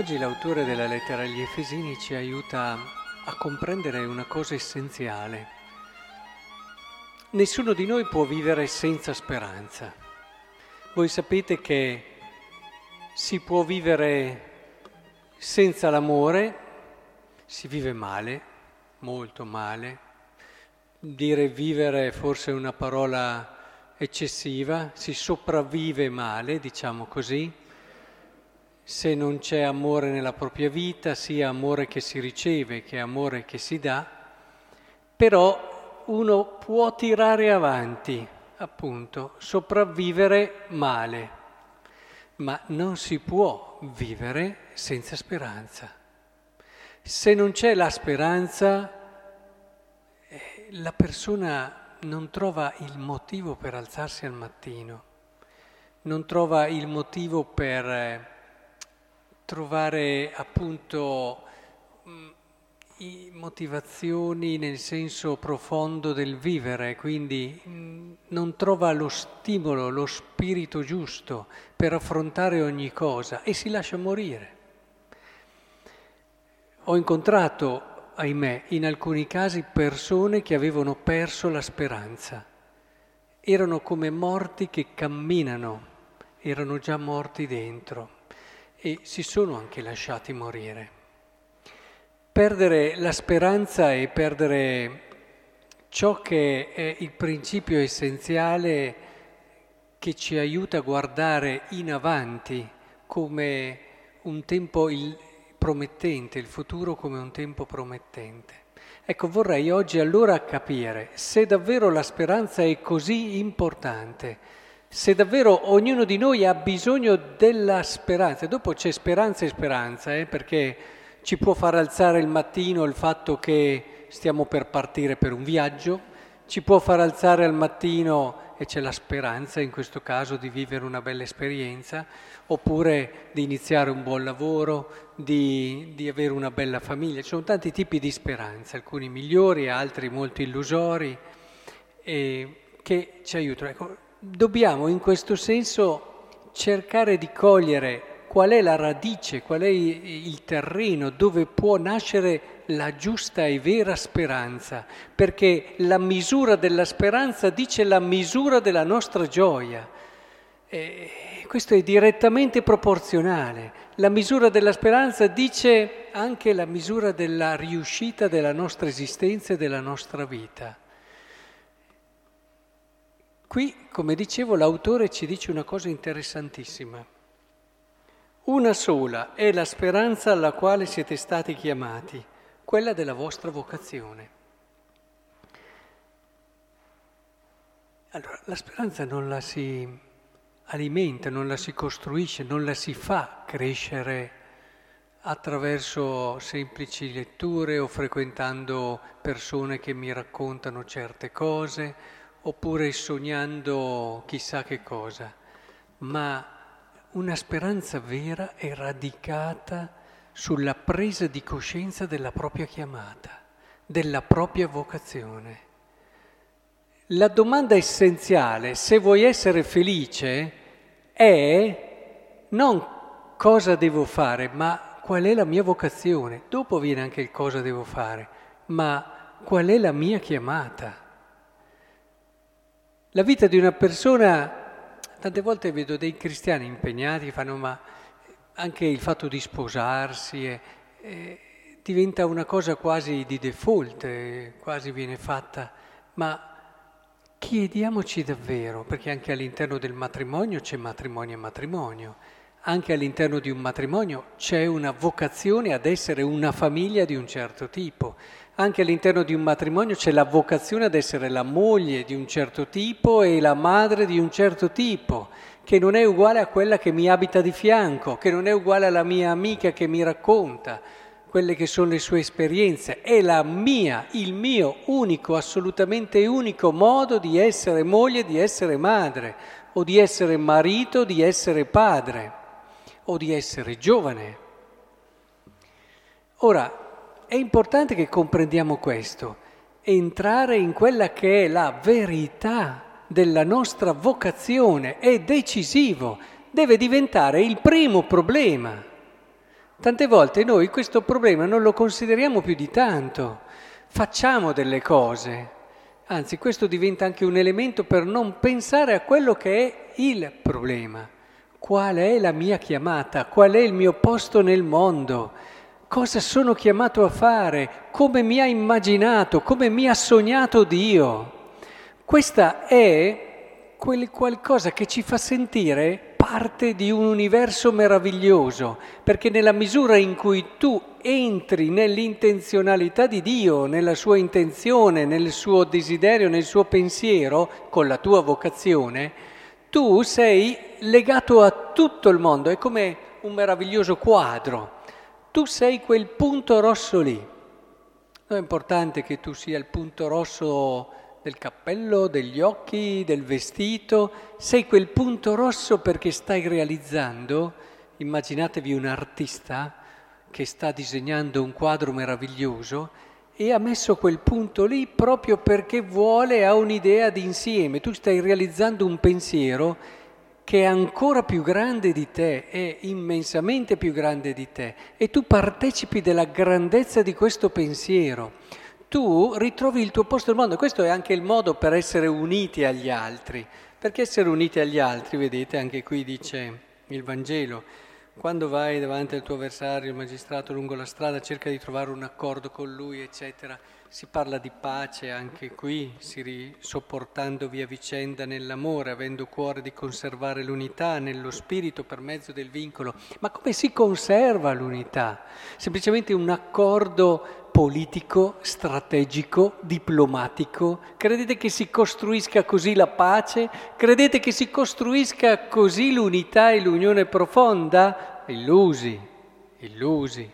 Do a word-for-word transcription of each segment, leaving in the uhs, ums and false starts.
Oggi l'autore della lettera agli Efesini ci aiuta a comprendere una cosa essenziale. Nessuno di noi può vivere senza speranza. Voi sapete che si può vivere senza l'amore, si vive male, molto male. Dire vivere forse è una parola eccessiva, si sopravvive male, diciamo così. Se non c'è amore nella propria vita, sia amore che si riceve che amore che si dà, però uno può tirare avanti, appunto, sopravvivere male, ma non si può vivere senza speranza. Se non c'è la speranza, eh, la persona non trova il motivo per alzarsi al mattino, non trova il motivo per eh, trovare appunto mh, i motivazioni nel senso profondo del vivere, quindi mh, non trova lo stimolo, lo spirito giusto per affrontare ogni cosa e si lascia morire. Ho incontrato, ahimè, in alcuni casi persone che avevano perso la speranza, erano come morti che camminano, erano già morti dentro. E si sono anche lasciati morire. Perdere la speranza e perdere ciò che è il principio essenziale che ci aiuta a guardare in avanti come un tempo il promettente, il futuro come un tempo promettente. Ecco, vorrei oggi allora capire se davvero la speranza è così importante, se davvero ognuno di noi ha bisogno della speranza. Dopo c'è speranza e speranza, eh, perché ci può far alzare il mattino il fatto che stiamo per partire per un viaggio, ci può far alzare al mattino, e c'è la speranza in questo caso di vivere una bella esperienza, oppure di iniziare un buon lavoro, di, di avere una bella famiglia. Ci sono tanti tipi di speranza, alcuni migliori, altri molto illusori, e che ci aiutano. Ecco, dobbiamo in questo senso cercare di cogliere qual è la radice, qual è il terreno dove può nascere la giusta e vera speranza, perché la misura della speranza dice la misura della nostra gioia. E questo è direttamente proporzionale. La misura della speranza dice anche la misura della riuscita della nostra esistenza e della nostra vita. Qui, come dicevo, l'autore ci dice una cosa interessantissima. Una sola è la speranza alla quale siete stati chiamati, quella della vostra vocazione. Allora, la speranza non la si alimenta, non la si costruisce, non la si fa crescere attraverso semplici letture o frequentando persone che mi raccontano certe cose, oppure sognando chissà che cosa, ma una speranza vera è radicata sulla presa di coscienza della propria chiamata, della propria vocazione. La domanda essenziale, se vuoi essere felice, è non cosa devo fare, ma qual è la mia vocazione. Dopo viene anche il cosa devo fare, ma qual è la mia chiamata. La vita di una persona, tante volte vedo dei cristiani impegnati che fanno, ma anche il fatto di sposarsi eh, eh, diventa una cosa quasi di default, eh, quasi viene fatta, ma chiediamoci davvero, perché anche all'interno del matrimonio c'è matrimonio e matrimonio, anche all'interno di un matrimonio c'è una vocazione ad essere una famiglia di un certo tipo. Anche all'interno di un matrimonio c'è la vocazione ad essere la moglie di un certo tipo e la madre di un certo tipo, che non è uguale a quella che mi abita di fianco, che non è uguale alla mia amica che mi racconta quelle che sono le sue esperienze. È la mia, il mio unico, assolutamente unico modo di essere moglie, di essere madre, o di essere marito, di essere padre, o di essere giovane. Ora, è importante che comprendiamo questo, entrare in quella che è la verità della nostra vocazione è decisivo, deve diventare il primo problema. Tante volte noi questo problema non lo consideriamo più di tanto, facciamo delle cose, anzi questo diventa anche un elemento per non pensare a quello che è il problema. Qual è la mia chiamata? Qual è il mio posto nel mondo? Cosa sono chiamato a fare? Come mi ha immaginato? Come mi ha sognato Dio? Questa è quel qualcosa che ci fa sentire parte di un universo meraviglioso, perché nella misura in cui tu entri nell'intenzionalità di Dio, nella sua intenzione, nel suo desiderio, nel suo pensiero, con la tua vocazione, tu sei legato a tutto il mondo, è come un meraviglioso quadro. Tu sei quel punto rosso lì. Non è importante che tu sia il punto rosso del cappello, degli occhi, del vestito, sei quel punto rosso perché stai realizzando, immaginatevi un artista che sta disegnando un quadro meraviglioso e ha messo quel punto lì proprio perché vuole, ha un'idea di insieme, tu stai realizzando un pensiero che è ancora più grande di te, è immensamente più grande di te e tu partecipi della grandezza di questo pensiero. Tu ritrovi il tuo posto nel mondo, questo è anche il modo per essere uniti agli altri, perché essere uniti agli altri, vedete, anche qui dice il Vangelo, quando vai davanti al tuo avversario, il magistrato lungo la strada, cerca di trovare un accordo con lui, eccetera. Si parla di pace anche qui, si ri- sopportandovi a vicenda nell'amore, avendo cuore di conservare l'unità nello spirito per mezzo del vincolo. Ma come si conserva l'unità? Semplicemente un accordo politico, strategico, diplomatico? Credete che si costruisca così la pace? Credete che si costruisca così l'unità e l'unione profonda? Illusi, illusi.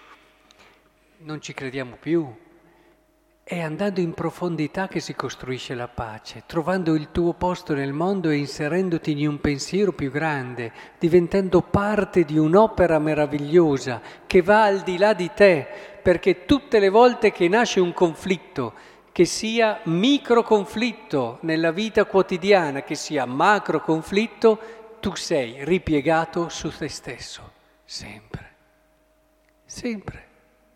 Non ci crediamo più. È andando in profondità che si costruisce la pace, trovando il tuo posto nel mondo e inserendoti in un pensiero più grande, diventando parte di un'opera meravigliosa che va al di là di te, perché tutte le volte che nasce un conflitto, che sia micro conflitto nella vita quotidiana, che sia macro conflitto, tu sei ripiegato su te stesso, sempre, sempre.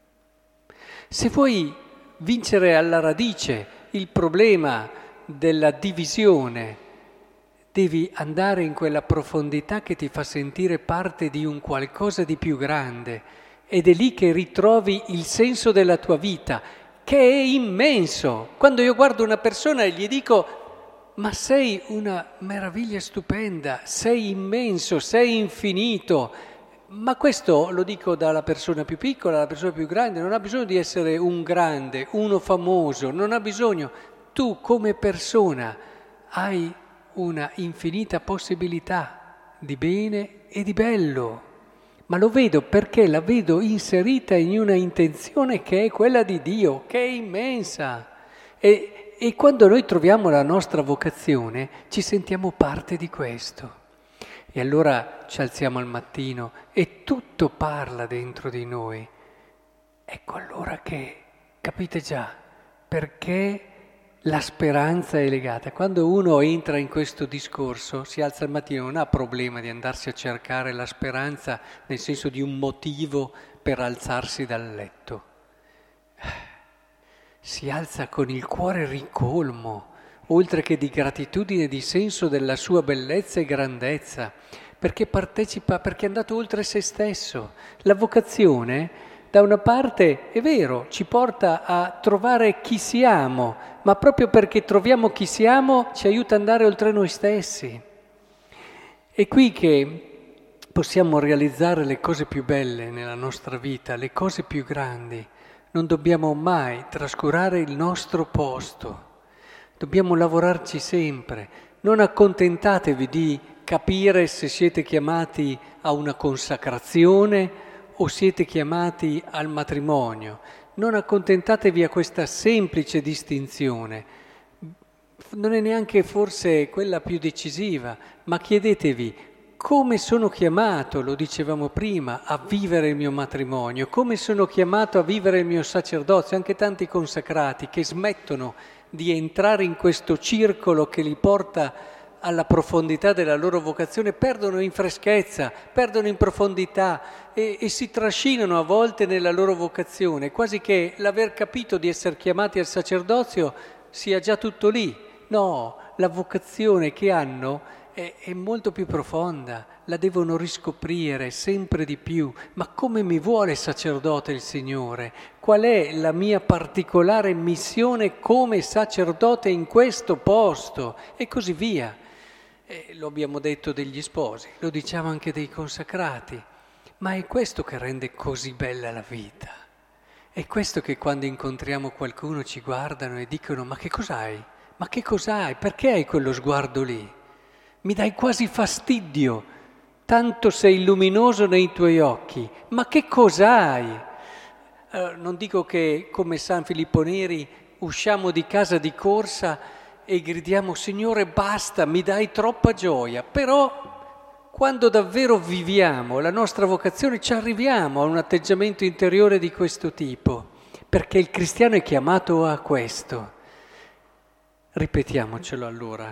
Se vuoi vincere alla radice il problema della divisione, devi andare in quella profondità che ti fa sentire parte di un qualcosa di più grande ed è lì che ritrovi il senso della tua vita, che è immenso. Quando io guardo una persona e gli dico ma sei una meraviglia stupenda, sei immenso, sei infinito. Ma questo lo dico dalla persona più piccola alla persona più grande, non ha bisogno di essere un grande, uno famoso, non ha bisogno. Tu come persona hai una infinita possibilità di bene e di bello, ma lo vedo perché la vedo inserita in una intenzione che è quella di Dio, che è immensa. E, e quando noi troviamo la nostra vocazione ci sentiamo parte di questo. E allora ci alziamo al mattino e tutto parla dentro di noi. Ecco allora che, capite già, perché la speranza è legata. Quando uno entra in questo discorso, si alza al mattino, non ha problema di andarsi a cercare la speranza nel senso di un motivo per alzarsi dal letto. Si alza con il cuore ricolmo, oltre che di gratitudine e di senso della sua bellezza e grandezza, perché partecipa, perché è andato oltre se stesso. La vocazione, da una parte, è vero, ci porta a trovare chi siamo, ma proprio perché troviamo chi siamo ci aiuta ad andare oltre noi stessi. È qui che possiamo realizzare le cose più belle nella nostra vita, le cose più grandi. Non dobbiamo mai trascurare il nostro posto. Dobbiamo lavorarci sempre, non accontentatevi di capire se siete chiamati a una consacrazione o siete chiamati al matrimonio. Non accontentatevi a questa semplice distinzione, non è neanche forse quella più decisiva, ma chiedetevi come sono chiamato, lo dicevamo prima, a vivere il mio matrimonio, come sono chiamato a vivere il mio sacerdozio, anche tanti consacrati che smettono di entrare in questo circolo che li porta alla profondità della loro vocazione perdono in freschezza, perdono in profondità e, e si trascinano a volte nella loro vocazione, quasi che l'aver capito di essere chiamati al sacerdozio sia già tutto lì. No, la vocazione che hanno è, è molto più profonda, la devono riscoprire sempre di più. Ma come mi vuole sacerdote il Signore? Qual è la mia particolare missione come sacerdote in questo posto? E così via. Eh, lo abbiamo detto degli sposi, lo diciamo anche dei consacrati, ma è questo che rende così bella la vita. È questo che quando incontriamo qualcuno ci guardano e dicono: ma che cos'hai? Ma che cos'hai? Perché hai quello sguardo lì? Mi dai quasi fastidio, tanto sei luminoso nei tuoi occhi, ma che cos'hai? Allora, non dico che come San Filippo Neri usciamo di casa di corsa e gridiamo: Signore, basta, mi dai troppa gioia. Però quando davvero viviamo la nostra vocazione ci arriviamo a un atteggiamento interiore di questo tipo, perché il cristiano è chiamato a questo. Ripetiamocelo allora.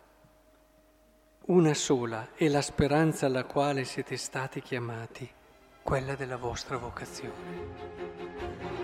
Una sola è la speranza alla quale siete stati chiamati, quella della vostra vocazione.